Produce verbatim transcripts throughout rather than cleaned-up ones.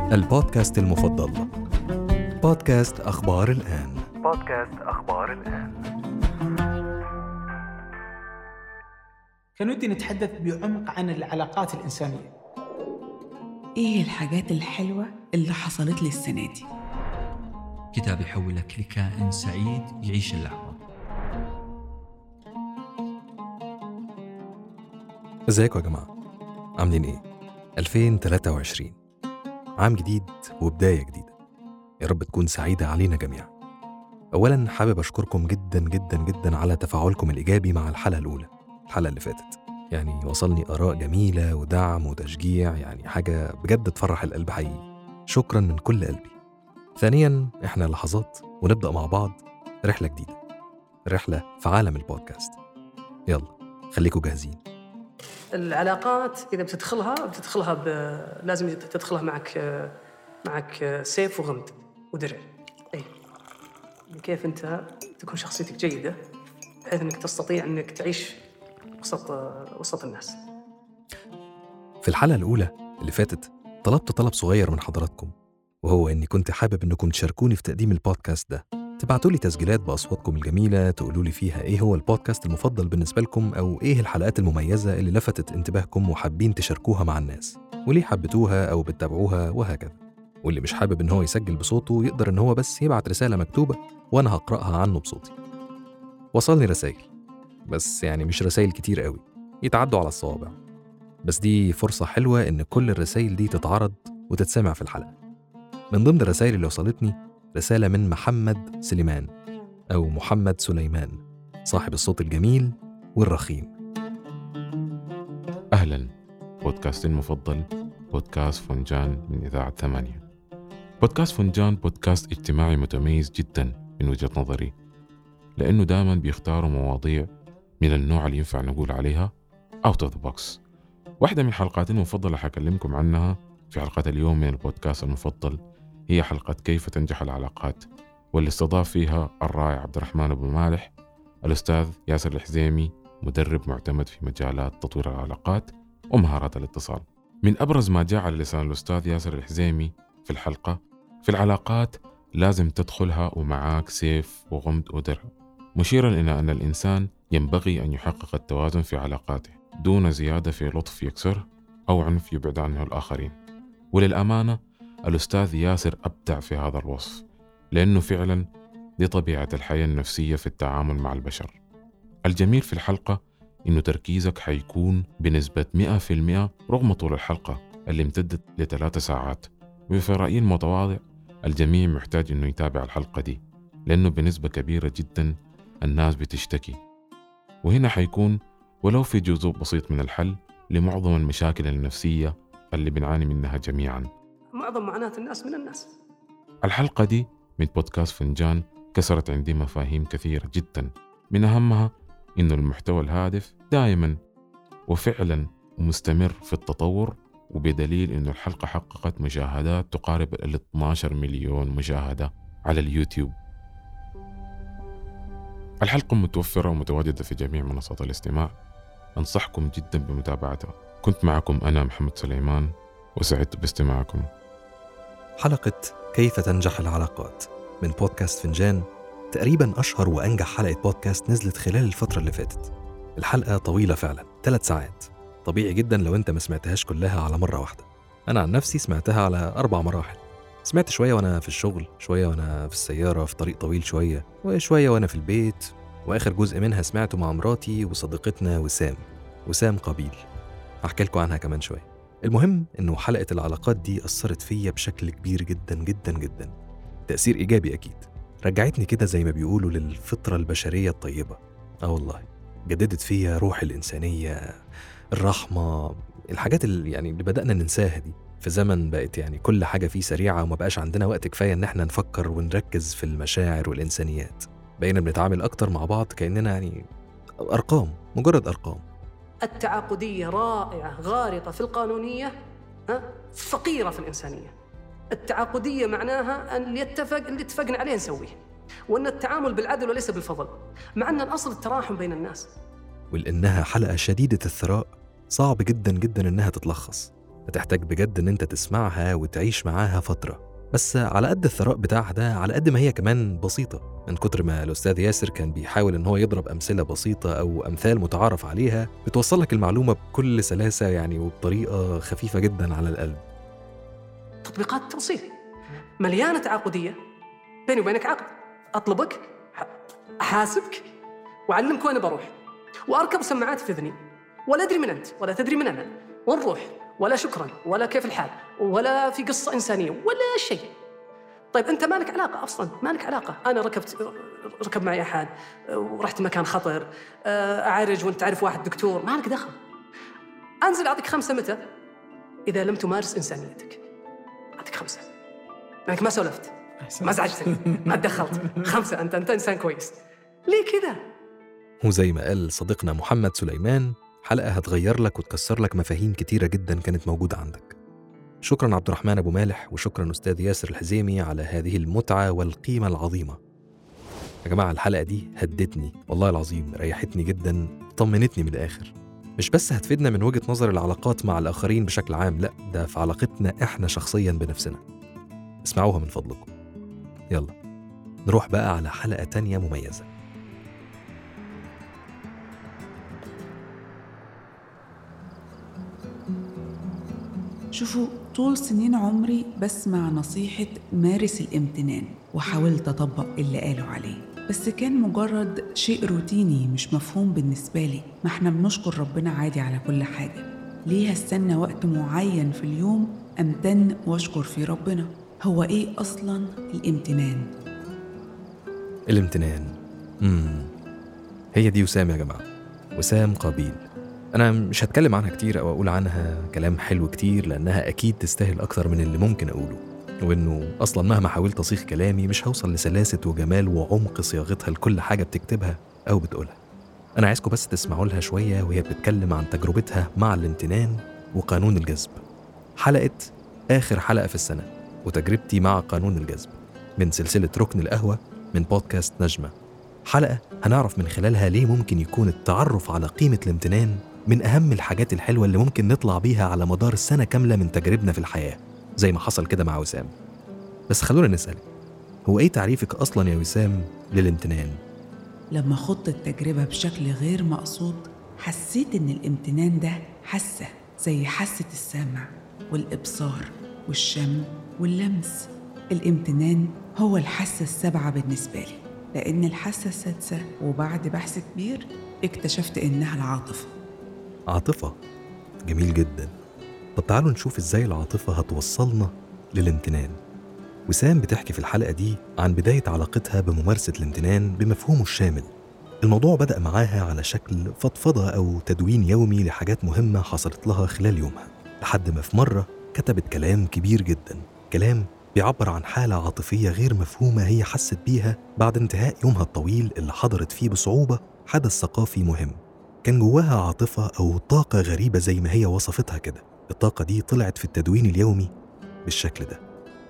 البودكاست المفضل، بودكاست أخبار الآن. بودكاست أخبار الآن. كان ودي نتحدث بعمق عن العلاقات الإنسانية. إيه الحاجات الحلوة اللي حصلت لي السنة دي؟ كتاب يحولك لكائن سعيد يعيش اللحظة. ازيكم يا جماعة؟ عاملين ايه؟ ألفين وثلاثة وعشرين عام جديد وبداية جديدة، يا رب تكون سعيدة علينا جميعا. أولا حابب أشكركم جدا جدا جدا على تفاعلكم الإيجابي مع الحلقة الأولى، الحلقة اللي فاتت. يعني وصلني آراء جميلة ودعم وتشجيع، يعني حاجة بجد تفرح القلب حقيقي. شكرا من كل قلبي. ثانيا احنا لحظات ونبدأ مع بعض رحلة جديدة، رحلة في عالم البودكاست. يلا خليكم جاهزين. العلاقات إذا بتدخلها بتدخلها ب... لازم تدخلها معك معك سيف وغمد ودرع. أي كيف أنت تكون شخصيتك جيدة بحيث أنك تستطيع أنك تعيش وسط وسط الناس. في الحلقة الأولى اللي فاتت طلبت طلب صغير من حضراتكم، وهو إني كنت حابب إنكم تشاركوني في تقديم البودكاست ده. تبعتوا لي تسجيلات بأصواتكم الجميلة، تقولوا لي فيها إيه هو البودكاست المفضل بالنسبة لكم، أو إيه الحلقات المميزة اللي لفتت انتباهكم وحابين تشاركوها مع الناس، وليه حبتوها أو بتتابعوها وهكذا. واللي مش حابب إن هو يسجل بصوته يقدر إن هو بس يبعت رسالة مكتوبة وأنا هقرأها عنه بصوتي. وصلني رسائل، بس يعني مش رسائل كتير قوي، يتعدوا على الصوابع، بس دي فرصة حلوة إن كل الرسائل دي تتعرض وتتسمع في الحلقة. من ضمن الرسائل اللي وصلتني رسالة من محمد سليمان أو محمد سليمان، صاحب الصوت الجميل والرخيم. أهلاً، بودكاست المفضل بودكاست فنجان من إذاعة ثمانية. بودكاست فنجان بودكاست اجتماعي متميز جداً من وجهة نظري، لأنه دائماً بيختاروا مواضيع من النوع اللي ينفع نقول عليها out of the box. واحدة من حلقاتي المفضلة حكلمكم عنها في حلقة اليوم من البودكاست المفضل هي حلقة كيف تنجح العلاقات، واللي استضاف فيها الرائع عبد الرحمن أبو مالح، الأستاذ ياسر الحزيمي، مدرب معتمد في مجالات تطوير العلاقات ومهارات الاتصال. من أبرز ما جاء على لسان الأستاذ ياسر الحزيمي في الحلقة: في العلاقات لازم تدخلها ومعاك سيف وغمد ودرع، مشيرا إلى أن الإنسان ينبغي أن يحقق التوازن في علاقاته دون زيادة في لطف يكسره أو عنف يبعد عنه الآخرين. وللأمانة الأستاذ ياسر أبدع في هذا الوصف، لأنه فعلا دي طبيعة الحياة النفسية في التعامل مع البشر. الجميل في الحلقة إنه تركيزك حيكون بنسبة مئة في المئة رغم طول الحلقة اللي امتدت لثلاث ساعات. وفي رأيي المتواضع الجميع محتاج إنه يتابع الحلقة دي، لأنه بنسبة كبيرة جدا الناس بتشتكي، وهنا حيكون ولو في جزء بسيط من الحل لمعظم المشاكل النفسية اللي بنعاني منها جميعا. معظم معاناة الناس من الناس. الحلقة دي من بودكاست فنجان كسرت عندي مفاهيم كثيرة جدا، من أهمها إنه المحتوى الهادف دائما وفعلا مستمر في التطور، وبدليل إنه الحلقة حققت مشاهدات تقارب ال اثنا عشر مليون مشاهدة على اليوتيوب. الحلقة متوفرة ومتواجدة في جميع منصات الاستماع، أنصحكم جدا بمتابعتها. كنت معكم أنا محمد سليمان وسعدت باستماعكم. حلقة كيف تنجح العلاقات من بودكاست فنجان تقريبا أشهر وأنجح حلقة بودكاست نزلت خلال الفترة اللي فاتت. الحلقة طويلة فعلا، ثلاث ساعات. طبيعي جدا لو أنت ما سمعتهاش كلها على مرة واحدة. أنا عن نفسي سمعتها على أربع مراحل. سمعت شوية وأنا في الشغل، شوية وأنا في السيارة في طريق طويل شوية، وشوية وأنا في البيت، وآخر جزء منها سمعته مع مراتي وصديقتنا وسام وسام قبيل، هحكي لكم عنها كمان شوية. المهم إنه حلقة العلاقات دي أثرت فيا بشكل كبير جدا جدا جدا، تأثير إيجابي أكيد. رجعتني كده زي ما بيقولوا للفطرة البشرية الطيبة. آه والله جددت فيا روح الإنسانية، الرحمة، الحاجات اللي يعني اللي بدأنا ننساها دي في زمن بقت يعني كل حاجة فيه سريعة، وما بقاش عندنا وقت كفاية إن احنا نفكر ونركز في المشاعر والإنسانيات. بقينا بنتعامل أكتر مع بعض كأننا يعني أرقام، مجرد أرقام. التعاقدية رائعة غارقة في القانونية، ها؟ فقيرة في الإنسانية. التعاقدية معناها أن اللي يتفق اللي اتفقنا عليه نسويه، وأن التعامل بالعدل وليس بالفضل، مع أن الأصل التراحم بين الناس. ولأنها حلقة شديدة الثراء صعب جدا جدا إنها تتلخص، هتحتاج بجد إن أنت تسمعها وتعيش معاها فترة، بس على قد الثراء بتاعها ده على قد ما هي كمان بسيطة. من كتر ما الأستاذ ياسر كان بيحاول إن هو يضرب أمثلة بسيطة أو أمثال متعارف عليها بتوصل لك المعلومة بكل سلاسة يعني وبطريقة خفيفة جدا على القلب. تطبيقات توصيل مليانة تعاقدية، بيني وبينك عقد، أطلبك، أحاسبك، وأعلمك وين بروح، وأركب سماعات في أذني، ولا أدري من أنت ولا تدري من أنا، ونروح ولا شكرا ولا كيف الحال ولا في قصة إنسانية ولا شيء. طيب أنت مالك علاقة أصلاً، مالك علاقة. أنا ركبت ركب معي أحد ورحت مكان خطر، أعرج وأنت تعرف واحد دكتور، مالك دخل. أنزل أعطيك خمسة متى؟ إذا لم تمارس إنسانيتك أعطيك خمسة، لأنك ما سولفت، ما زعجتني، ما تدخلت. خمسة، أنت أنت إنسان كويس. ليه كذا؟ وزي ما قال صديقنا محمد سليمان، حلقة هتغير لك وتكسر لك مفاهيم كتيرة جدا كانت موجودة عندك. شكرا عبد الرحمن أبو مالح، وشكرا أستاذ ياسر الحزيمي على هذه المتعة والقيمة العظيمة. يا جماعة الحلقة دي هدتني والله العظيم، ريحتني جدا، طمنتني من الآخر. مش بس هتفيدنا من وجهة نظر العلاقات مع الآخرين بشكل عام، لأ ده في علاقتنا إحنا شخصيا بنفسنا. اسمعوها من فضلكم. يلا نروح بقى على حلقة تانية مميزة. شوفوا، طول سنين عمري بسمع نصيحة مارس الامتنان، وحاولت أطبق اللي قالوا عليه، بس كان مجرد شيء روتيني مش مفهوم بالنسبة لي. ما احنا بنشكر ربنا عادي على كل حاجة، ليه هستنى وقت معين في اليوم أمتن واشكر في ربنا؟ هو ايه أصلا الامتنان؟ الامتنان مم. هي دي وسام يا جماعة، وسام قابيل. أنا مش هتكلم عنها كتير أو أقول عنها كلام حلو كتير، لأنها أكيد تستاهل أكتر من اللي ممكن أقوله، وإنه أصلا مهما حاولت أصيغ كلامي مش هوصل لسلاسة وجمال وعمق صياغتها لكل حاجة بتكتبها أو بتقولها. أنا عايزكم بس تسمعوا لها شوية وهي بتتكلم عن تجربتها مع الامتنان وقانون الجذب. حلقة آخر حلقة في السنة وتجربتي مع قانون الجذب من سلسلة ركن القهوة من بودكاست نجمة. حلقة هنعرف من خلالها ليه ممكن يكون التعرف على قيمة الامتنان من أهم الحاجات الحلوة اللي ممكن نطلع بيها على مدار السنة كاملة من تجربنا في الحياة، زي ما حصل كده مع وسام. بس خلونا نسأل، هو إيه تعريفك أصلاً يا وسام للامتنان؟ لما خضت التجربة بشكل غير مقصود حسيت إن الامتنان ده حاسة زي حاسة السمع والإبصار والشم واللمس. الامتنان هو الحاسة السابعة بالنسبة لي، لأن الحاسة السادسة وبعد بحث كبير اكتشفت إنها العاطفة. عاطفة، جميل جدا. طب تعالوا نشوف إزاي العاطفة هتوصلنا للامتنان. وسام بتحكي في الحلقة دي عن بداية علاقتها بممارسة الامتنان بمفهومه الشامل. الموضوع بدأ معاها على شكل فضفضة أو تدوين يومي لحاجات مهمة حصلت لها خلال يومها، لحد ما في مرة كتبت كلام كبير جدا، كلام بيعبر عن حالة عاطفية غير مفهومة هي حست بيها بعد انتهاء يومها الطويل اللي حضرت فيه بصعوبة حدث ثقافي مهم. كان جواها عاطفة أو طاقة غريبة زي ما هي وصفتها كده. الطاقة دي طلعت في التدوين اليومي بالشكل ده: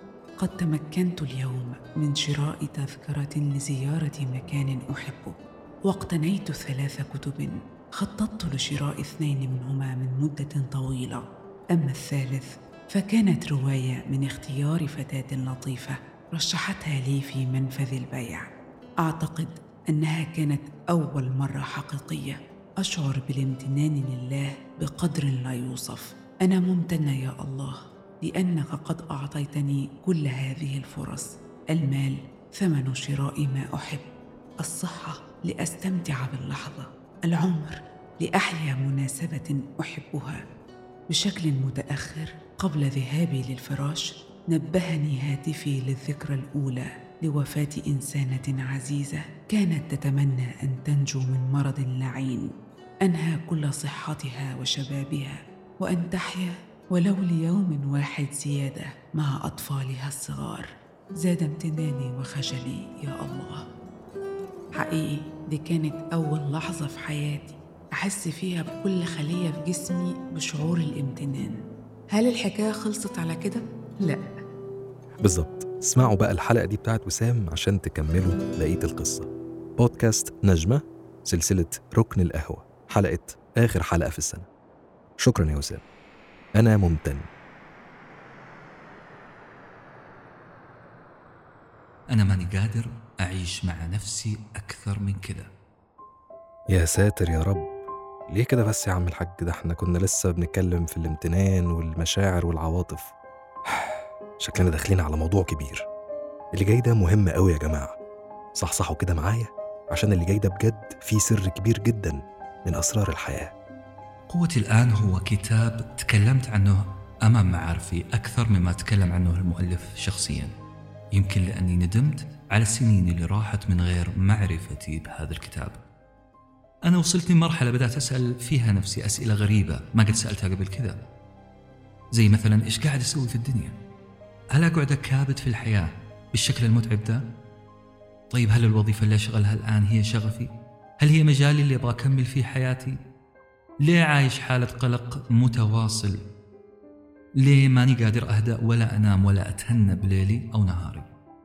قد تمكنت اليوم من شراء تذكرة لزيارة مكان أحبه، واقتنيت ثلاث كتب خططت لشراء اثنين منهما من مدة طويلة، أما الثالث فكانت رواية من اختيار فتاة لطيفة رشحتها لي في منفذ البيع. أعتقد أنها كانت أول مرة حقيقية أشعر بالامتنان لله بقدر لا يوصف. أنا ممتنة يا الله لأنك قد أعطيتني كل هذه الفرص. المال ثمن شراء ما أحب، الصحة لأستمتع باللحظة، العمر لأحيا مناسبة أحبها. بشكل متأخر قبل ذهابي للفراش نبهني هاتفي للذكرى الأولى لوفاة إنسانة عزيزة كانت تتمنى أن تنجو من مرض لعين أنهى كل صحتها وشبابها، وأن تحيا ولو ليوم واحد زيادة مع أطفالها الصغار. زاد امتناني وخجلي يا الله. حقيقي دي كانت أول لحظة في حياتي أحس فيها بكل خلية في جسمي بشعور الامتنان. هل الحكاية خلصت على كده؟ لا. بالظبط. اسمعوا بقى الحلقة دي بتاعت وسام عشان تكملوا بقية القصة. بودكاست نجمة، سلسلة ركن القهوة، حلقة آخر حلقة في السنة. شكرا يا وسام، أنا ممتن. أنا ماني قادر أعيش مع نفسي أكثر من كذا. يا ساتر يا رب، ليه كده بس يا عم الحاج؟ ده احنا كنا لسه بنتكلم في الامتنان والمشاعر والعواطف. شكلنا داخلين على موضوع كبير. اللي جاي ده مهم قوي يا جماعة، صحصحوا كده معايا عشان اللي جاي ده بجد فيه سر كبير جدا من أسرار الحياة. قوة الآن هو كتاب تكلمت عنه أمام معارفي أكثر مما تكلم عنه المؤلف شخصيا، يمكن لأني ندمت على السنين اللي راحت من غير معرفتي بهذا الكتاب. أنا وصلت لمرحلة بدأت أسأل فيها نفسي أسئلة غريبة ما قد سألتها قبل كذا، زي مثلا إيش قاعد أسوي في الدنيا؟ هل أقعد أكابد في الحياة بالشكل المتعب ده؟ طيب هل الوظيفة اللي أشغلها الآن هي شغفي؟ هل هي مجالي اللي أبغى أكمل فيه حياتي؟ ليه عايش حالة قلق متواصل؟ ليه ماني قادر أهدأ ولا أنام ولا أتهنى بليلي أو نهاري؟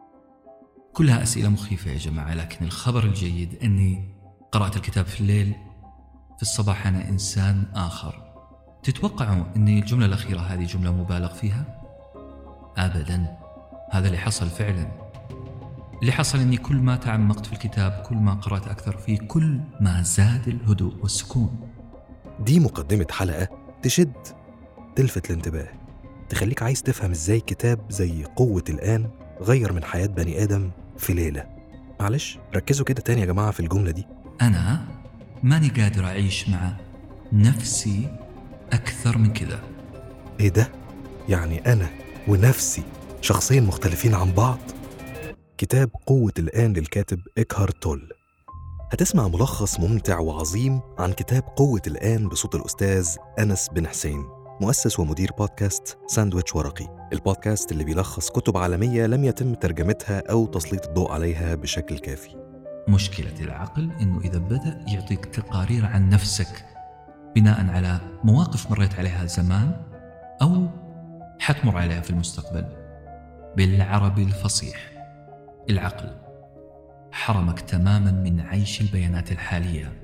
كلها أسئلة مخيفة يا جماعة، لكن الخبر الجيد أني قرأت الكتاب في الليل، في الصباح أنا إنسان آخر. تتوقعوا أن الجملة الأخيرة هذه جملة مبالغ فيها؟ أبدا، هذا اللي حصل فعلا. اللي حصل أني كل ما تعمقت في الكتاب، كل ما قرأت أكثر فيه، كل ما زاد الهدوء والسكون. دي مقدمة حلقة تشد، تلفت الانتباه، تخليك عايز تفهم إزاي كتاب زي قوة الآن غير من حياة بني آدم في ليلة. معلش ركزوا كده تاني يا جماعة في الجملة دي. أنا ماني قادر أعيش مع نفسي أكثر من كذا. إيه ده؟ يعني أنا ونفسي شخصين مختلفين عن بعض؟ كتاب قوة الآن للكاتب إكهارت تول. هتسمع ملخص ممتع وعظيم عن كتاب قوة الآن بصوت الأستاذ أنس بن حسين، مؤسس ومدير بودكاست ساندويتش ورقي، البودكاست اللي بيلخص كتب عالمية لم يتم ترجمتها أو تسليط الضوء عليها بشكل كافي. مشكلة العقل إنه إذا بدأ يعطيك تقارير عن نفسك بناء على مواقف مريت عليها زمان أو حتمر عليها في المستقبل، بالعربي الفصيح العقل حرمك تماما من عيش البيانات الحالية.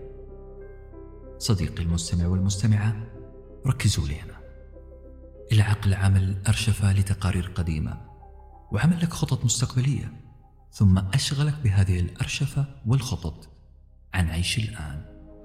صديقي المستمع والمستمعة، ركزوا لي هنا. العقل عمل أرشفة لتقارير قديمة وعمل لك خطط مستقبلية، ثم أشغلك بهذه الأرشفة والخطط عن عيش الآن.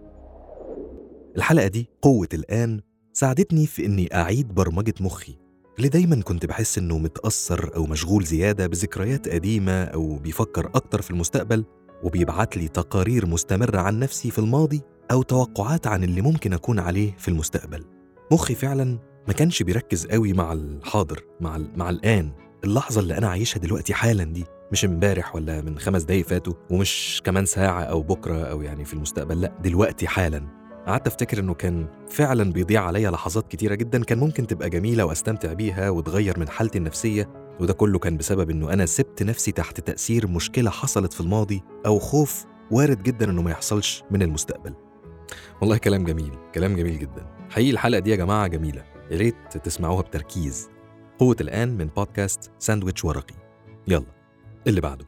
الحلقة دي قوة الآن ساعدتني في إني أعيد برمجة مخي اللي دايماً كنت بحس إنه متأثر أو مشغول زيادة بذكريات قديمة أو بيفكر أكتر في المستقبل، وبيبعت لي تقارير مستمرة عن نفسي في الماضي أو توقعات عن اللي ممكن أكون عليه في المستقبل. مخي فعلاً ما كانش بيركز قوي مع الحاضر، مع, مع الآن، اللحظة اللي أنا عايشها دلوقتي حالاً دي، مش امبارح ولا من خمس دقايق فاتوا، ومش كمان ساعة أو بكرة أو يعني في المستقبل، لأ دلوقتي حالاً. قعدت أفتكر إنه كان فعلاً بيضيع عليا لحظات كتيرة جداً كان ممكن تبقى جميلة وأستمتع بيها وتغير من حالتي النفسية، وده كله كان بسبب إنه أنا سبت نفسي تحت تأثير مشكلة حصلت في الماضي أو خوف وارد جداً إنه ما يحصلش من المستقبل. والله كلام جميل، كلام جميل جداً حقيقي. الحلقة دي يا جماعة جميلة، يا ريت تسمعوها بتركيز. قوة الآن من بودكاست ساندويتش ورقي. يلا اللي بعده.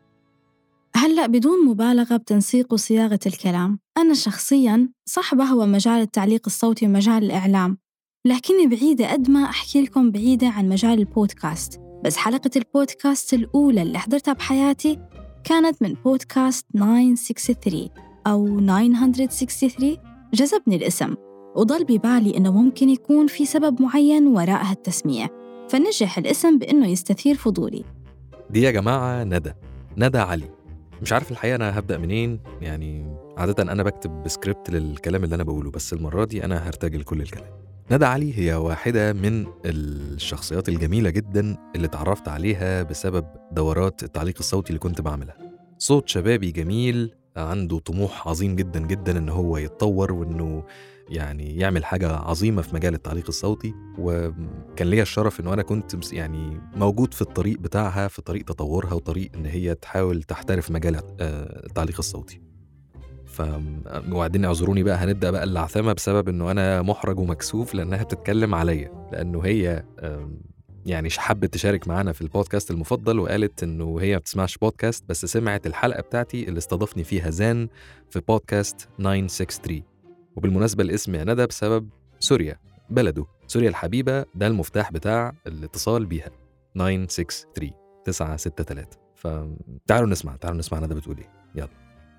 هلأ بدون مبالغة بتنسيق وصياغة الكلام، أنا شخصياً صح بهوى مجال التعليق الصوتي ومجال الإعلام، لكني بعيدة قد ما أحكي لكم بعيدة عن مجال البودكاست. بس حلقة البودكاست الأولى اللي حضرتها بحياتي كانت من بودكاست تسعمية وستة وستين أو تسعمية وستة وستين. جذبني الاسم وضل ببالي إنه ممكن يكون في سبب معين وراء هالتسمية، فنجح الاسم بإنه يستثير فضولي. دي يا جماعة ندى، ندى علي. مش عارف الحقيقة أنا هبدأ منين، يعني عادة أنا بكتب بسكريبت للكلام اللي أنا بقوله، بس المرة دي أنا هرتجل كل الكلام. ندى علي هي واحدة من الشخصيات الجميلة جدا اللي تعرفت عليها بسبب دورات التعليق الصوتي اللي كنت بعملها. صوت شبابي جميل، عنده طموح عظيم جدا جدا إنه هو يتطور وإنه يعني يعمل حاجة عظيمة في مجال التعليق الصوتي، وكان ليا الشرف إنه أنا كنت يعني موجود في الطريق بتاعها، في طريق تطورها وطريق إن هي تحاول تحترف مجال التعليق الصوتي. فوعدني اعذروني بقى، هنبدأ بقى اللعثمة بسبب إنه أنا محرج ومكسوف لأنها بتتكلم عليا، لأنه هي يعني حبت تشارك معانا في البودكاست المفضل، وقالت إنه هي ما بتسمعش بودكاست بس سمعت الحلقة بتاعتي اللي استضافني فيها زان في بودكاست تسعمية وستة وستين. وبالمناسبة الاسم يا ندى بسبب سوريا، بلده سوريا الحبيبة، ده المفتاح بتاع الاتصال بيها تسعمية وستة وستين تسعة ستة ثلاثة. فتعالوا نسمع تعالوا نسمع ندى بتقول ايه. يلا.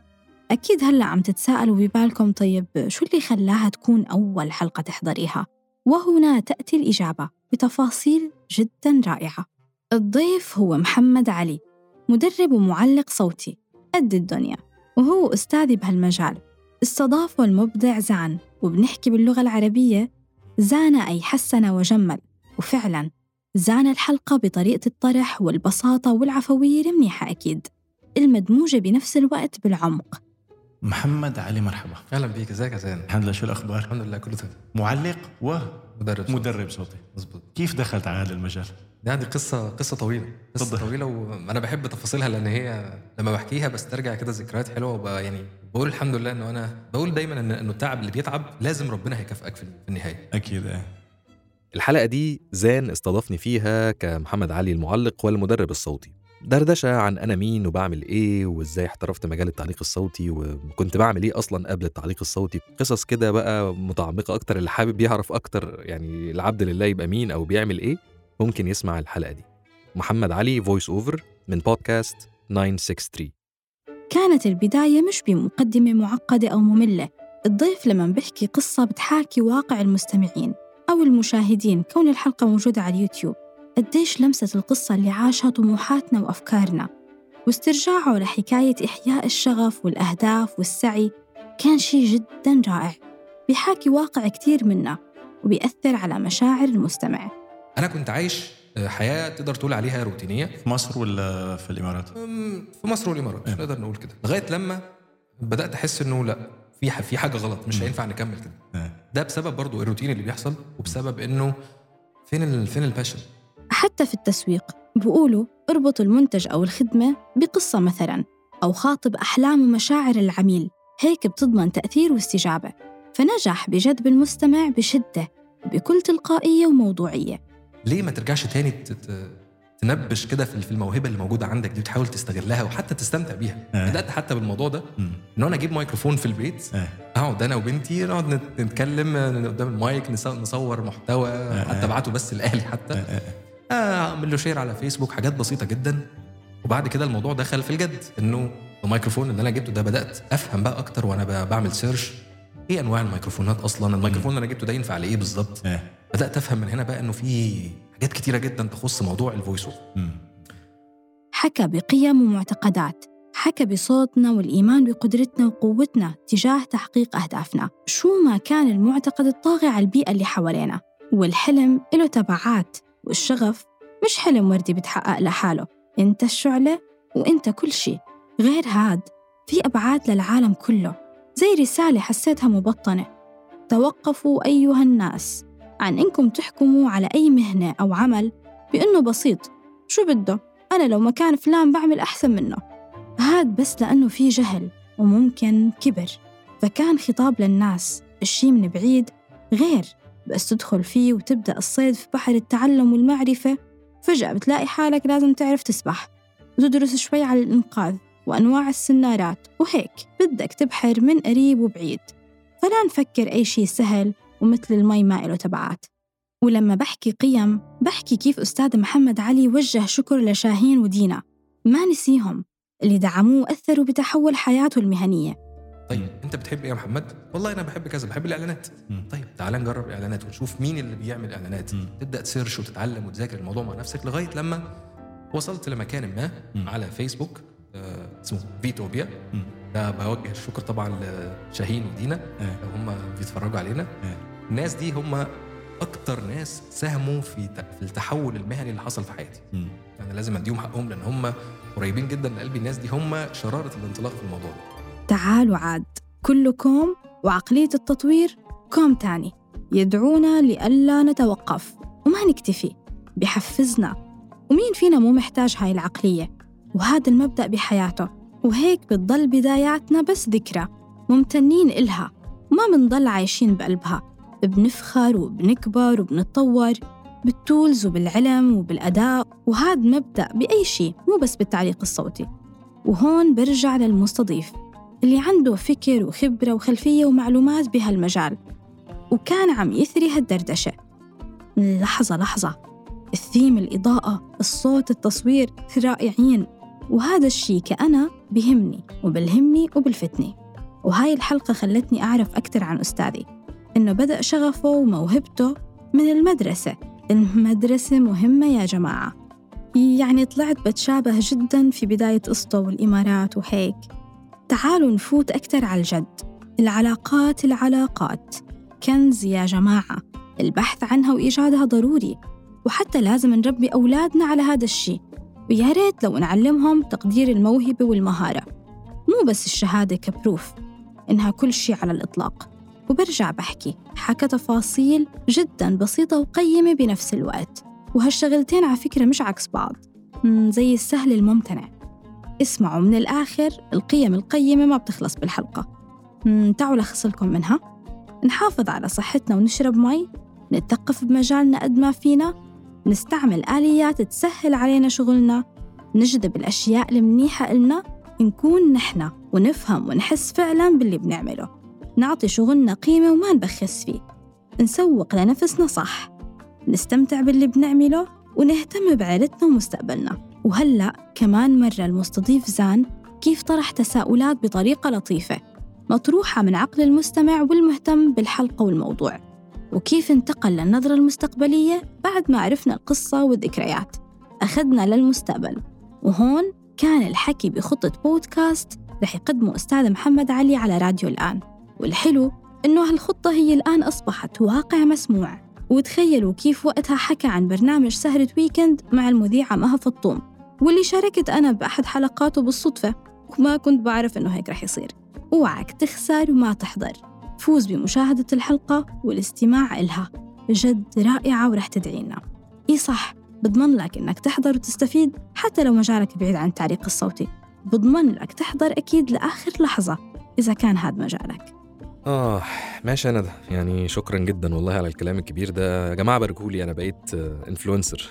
أكيد هلأ عم تتساءلوا ببالكم طيب شو اللي خلاها تكون أول حلقة تحضريها؟ وهنا تأتي الإجابة بتفاصيل جداً رائعة. الضيف هو محمد علي، مدرب ومعلق صوتي قد الدنيا، وهو أستاذي بهالمجال. استضافه المبدع زان، وبنحكي باللغة العربية زان أي حسن وجمل، وفعلاً زان الحلقة بطريقة الطرح والبساطة والعفوية المنيحة أكيد، المدموجة بنفس الوقت بالعمق. محمد علي، مرحبا. اهلا بيك. ازيك يا زين؟ الحمد لله. شو الاخبار؟ الحمد لله كله تمام. معلق ومدرب صوتي. مدرب صوتي. مظبوط. كيف دخلت على هذا المجال؟ ده دي قصه قصه طويله قصه تفضل. طويله وانا بحب تفاصيلها لان هي لما بحكيها بسترجع كده ذكريات حلوه وبقى يعني بقول الحمد لله انه انا بقول دايما ان انه التعب اللي بيتعب لازم ربنا هيكافئك في النهايه. اكيد. ايه الحلقة دي زان استضافني فيها كمحمد علي المعلق والمدرب الصوتي، دردشة عن أنا مين وبعمل إيه وإزاي احترفت مجال التعليق الصوتي وكنت بعمل إيه أصلاً قبل التعليق الصوتي، قصص كده بقى متعمقة أكتر. اللي حابب يعرف أكتر يعني العبد لله يبقى مين أو بيعمل إيه ممكن يسمع الحلقة دي. محمد علي فويس أوفر من بودكاست تسعمية وستة وستين. كانت البداية مش بمقدمة معقدة أو مملة. الضيف لما بحكي قصة بتحاكي واقع المستمعين أو المشاهدين، كون الحلقة موجودة على اليوتيوب قديش لمست القصة اللي عاشها طموحاتنا وأفكارنا، واسترجاعه لحكاية إحياء الشغف والأهداف والسعي كان شيء جداً رائع، بيحاكي واقع كتير منا وبيأثر على مشاعر المستمع. انا كنت عايش حياه تقدر تقول عليها روتينيه في مصر ولا في الامارات؟ في مصر والامارات مش نقدر نقول كده، لغايه لما بدات احس انه لا في في حاجه غلط، مش هينفع نكمل كده. ده بسبب برضو الروتين اللي بيحصل وبسبب انه فين ال... فين الباشن. حتى في التسويق بيقولوا اربط المنتج أو الخدمة بقصة مثلاً، أو خاطب أحلام ومشاعر العميل، هيك بتضمن تأثير واستجابة. فنجح بجذب المستمع بشدة بكل تلقائية وموضوعية. ليه ما ترجعش تاني تت... تنبش كده في الموهبة اللي موجودة عندك دي وتحاول تستغلها وحتى تستمتع بيها. آه. بدأت حتى بالموضوع ده إنه أنا أجيب مايكروفون في البيت، آه. أقعد أنا وبنتي نقعد نتكلم قدام المايك، نصور محتوى، آه. حتى أبعته بس لأهلي حتى، آه. أعمل له شير على فيسبوك، حاجات بسيطة جدا. وبعد كده الموضوع دخل في الجد، إنه الميكروفون اللي أنا جبته ده بدأت أفهم بقى أكتر وأنا بعمل سيرش إيه أنواع الميكروفونات أصلاً، الميكروفون اللي أنا جبته ده ينفع لإيه بالظبط. آه. بدأت أفهم من هنا بقى إنه في حاجات كتيرة جدا تخص موضوع الفويس أوفر. حكى بقيم ومعتقدات، حكى بصوتنا والإيمان بقدرتنا وقوتنا تجاه تحقيق أهدافنا، شو ما كان المعتقد الطاغي على البيئة اللي حوالينا. والحلم له تبعات، والشغف مش حلم وردي بتحقق لحاله، انت الشعلة وانت كل شيء. غير هاد في أبعاد للعالم كله، زي رسالة حسيتها مبطنة: توقفوا أيها الناس عن إنكم تحكموا على أي مهنة أو عمل بأنه بسيط، شو بده أنا لو مكان فلان بعمل أحسن منه. هاد بس لأنه في جهل وممكن كبر. فكان خطاب للناس، الشي من بعيد غير، بس تدخل فيه وتبدأ الصيد في بحر التعلم والمعرفة، فجأة بتلاقي حالك لازم تعرف تسبح وتدرس شوي على الإنقاذ وأنواع السنارات، وهيك بدك تبحر من قريب وبعيد. فلا نفكر أي شي سهل ومثل المي ما إله تبعات. ولما بحكي قيم بحكي كيف أستاذ محمد علي وجه شكر لشاهين ودينا، ما نسيهم، اللي دعموه وأثروا بتحول حياته المهنية. طيب أنت بتحب إيه يا محمد؟ والله أنا بحب كذا، بحب الإعلانات. مم. طيب تعال نجرب إعلانات ونشوف مين اللي بيعمل إعلانات. مم. تبدأ تسيرش وتتعلم وتذاكر الموضوع مع نفسك لغاية لما وصلت لمكان ما. مم. على فيسبوك آه اسمه فيتوبيا. مم. ده بوجه الشكر طبعا لشاهين ودينا. آه. هم بيتفرجوا علينا. آه. الناس دي هم أكتر ناس ساهموا في في التحول المهني اللي حصل في حياتي. م. أنا لازم أديهم حقهم لأن هم قريبين جدا لقلبي. الناس دي هم شرارة الانطلاق في الموضوع ده. تعالوا عاد كله كوم، وعقلية التطوير كوم تاني يدعونا لألا نتوقف وما نكتفي، بيحفزنا. ومين فينا مو محتاج هاي العقلية وهذا المبدأ بحياته؟ وهيك بتضل بداياتنا بس ذكرى، ممتنين إلها وما منضل عايشين بقلبها. بنفخر وبنكبر وبنتطور بالتولز وبالعلم وبالأداء، وهذا مبدأ بأي شيء مو بس بالتعليق الصوتي. وهون برجع للمستضيف اللي عنده فكر وخبرة وخلفية ومعلومات بهالمجال، وكان عم يثري هالدردشة. لحظة لحظة، الثيم، الإضاءة، الصوت، التصوير رائعين، وهذا الشي كأنا بهمني وبلهمني وبالفتني. وهاي الحلقة خلتني أعرف أكتر عن أستاذي، إنه بدأ شغفه وموهبته من المدرسة. المدرسة مهمة يا جماعة. يعني طلعت بتشابه جداً في بداية قصته والإمارات وهيك. تعالوا نفوت أكتر على الجد. العلاقات العلاقات كنز يا جماعة، البحث عنها وإيجادها ضروري، وحتى لازم نربي أولادنا على هذا الشيء. ويا ريت لو نعلمهم تقدير الموهبة والمهارة، مو بس الشهادة كبروف إنها كل شيء على الإطلاق. وبرجع بحكي حكى تفاصيل جداً بسيطة وقيمة بنفس الوقت، وهالشغلتين على فكرة مش عكس بعض، زي السهل الممتنع. اسمعوا من الآخر، القيم القيمة ما بتخلص بالحلقة. تعالوا لخصلكم منها. نحافظ على صحتنا ونشرب مي، نتثقف بمجالنا قد ما فينا، نستعمل آليات تسهل علينا شغلنا، نجذب الأشياء المنيحة إلنا، نكون نحنا ونفهم ونحس فعلاً باللي بنعمله، نعطي شغلنا قيمة وما نبخس فيه، نسوق لنفسنا صح، نستمتع باللي بنعمله، ونهتم بعائلتنا ومستقبلنا. وهلأ كمان مرة المستضيف زان كيف طرح تساؤلات بطريقة لطيفة مطروحة من عقل المستمع والمهتم بالحلقة والموضوع، وكيف انتقل للنظرة المستقبلية بعد ما عرفنا القصة والذكريات. أخذنا للمستقبل، وهون كان الحكي بخطة بودكاست رح يقدمه أستاذ محمد علي على راديو الآن. والحلو إنه هالخطة هي الآن أصبحت واقع مسموع. وتخيلوا كيف وقتها حكى عن برنامج سهرة ويكند مع المذيعة مها فطوم، واللي شاركت أنا بأحد حلقاته بالصدفة وما كنت بعرف إنه هيك رح يصير. اوعك تخسر وما تحضر، فوز بمشاهدة الحلقة والاستماع إلها، بجد رائعة ورح تدعينا. إيه صح، بضمن لك إنك تحضر وتستفيد حتى لو مجالك بعيد عن التعليق الصوتي، بضمن لك تحضر أكيد لآخر لحظة إذا كان هذا مجالك. آه ماشي أنا ده. يعني شكرا جدا والله على الكلام الكبير ده يا جماعة، باركولي أنا بقيت إنفلونسر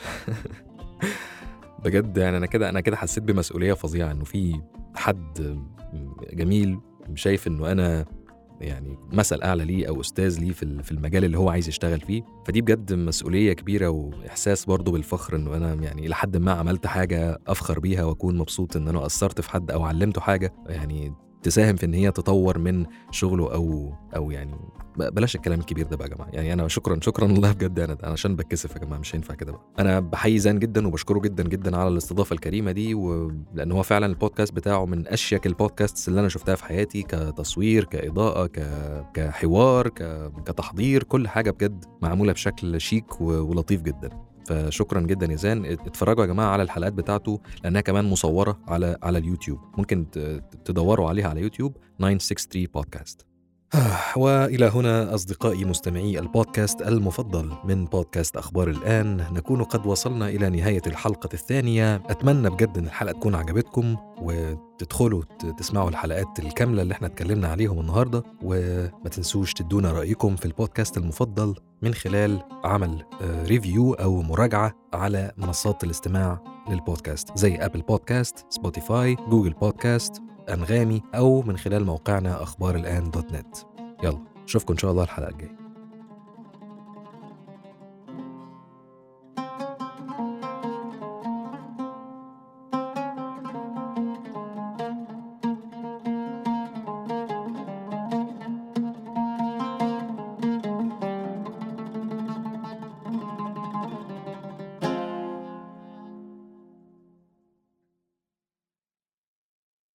بجد. يعني أنا كده أنا كده حسيت بمسؤولية فظيعة إنه في حد جميل شايف إنه أنا يعني مثل أعلى ليه أو أستاذ ليه في المجال اللي هو عايز يشتغل فيه. فدي بجد مسؤولية كبيرة وإحساس برضو بالفخر إنه أنا يعني لحد ما عملت حاجة أفخر بيها وأكون مبسوط إن أنا أثرت في حد أو علمته حاجة يعني تساهم في إن هي تطور من شغله أو أو يعني بلاش الكلام الكبير ده بقى يا جماعة. يعني أنا شكرا شكرا الله بجد. أنا أنا عشان بتكسف يا جماعة، مش هينفع كده بقى. أنا بحيي زان جدا وبشكره جدا جدا على الاستضافة الكريمة دي، ولأن هو فعلا البودكاست بتاعه من أشيك البودكاستس اللي أنا شفتها في حياتي، كتصوير، كإضاءة، ك... كحوار، ك... كتحضير، كل حاجة بجد معمولة بشكل شيك ولطيف جدا. فشكرا جدا يا زان. اتفرجوا يا جماعة على الحلقات بتاعته لأنها كمان مصورة على على اليوتيوب، ممكن تدوروا عليها على يوتيوب تسعمية وستة وستين بودكاست. وإلى هنا أصدقائي مستمعي البودكاست المفضل من بودكاست أخبار الآن، نكون قد وصلنا إلى نهاية الحلقة الثانية. أتمنى بجد أن الحلقة تكون عجبتكم وتدخلوا تسمعوا الحلقات الكاملة اللي احنا اتكلمنا عليهم النهاردة، وما تنسوش تدونا رأيكم في البودكاست المفضل من خلال عمل ريفيو أو مراجعة على منصات الاستماع للبودكاست زي أبل بودكاست، سبوتيفاي، جوجل بودكاست، أنغامي، أو من خلال موقعنا أخبار الآن دوت نت. يلا، أشوفكم إن شاء الله الحلقة الجاية.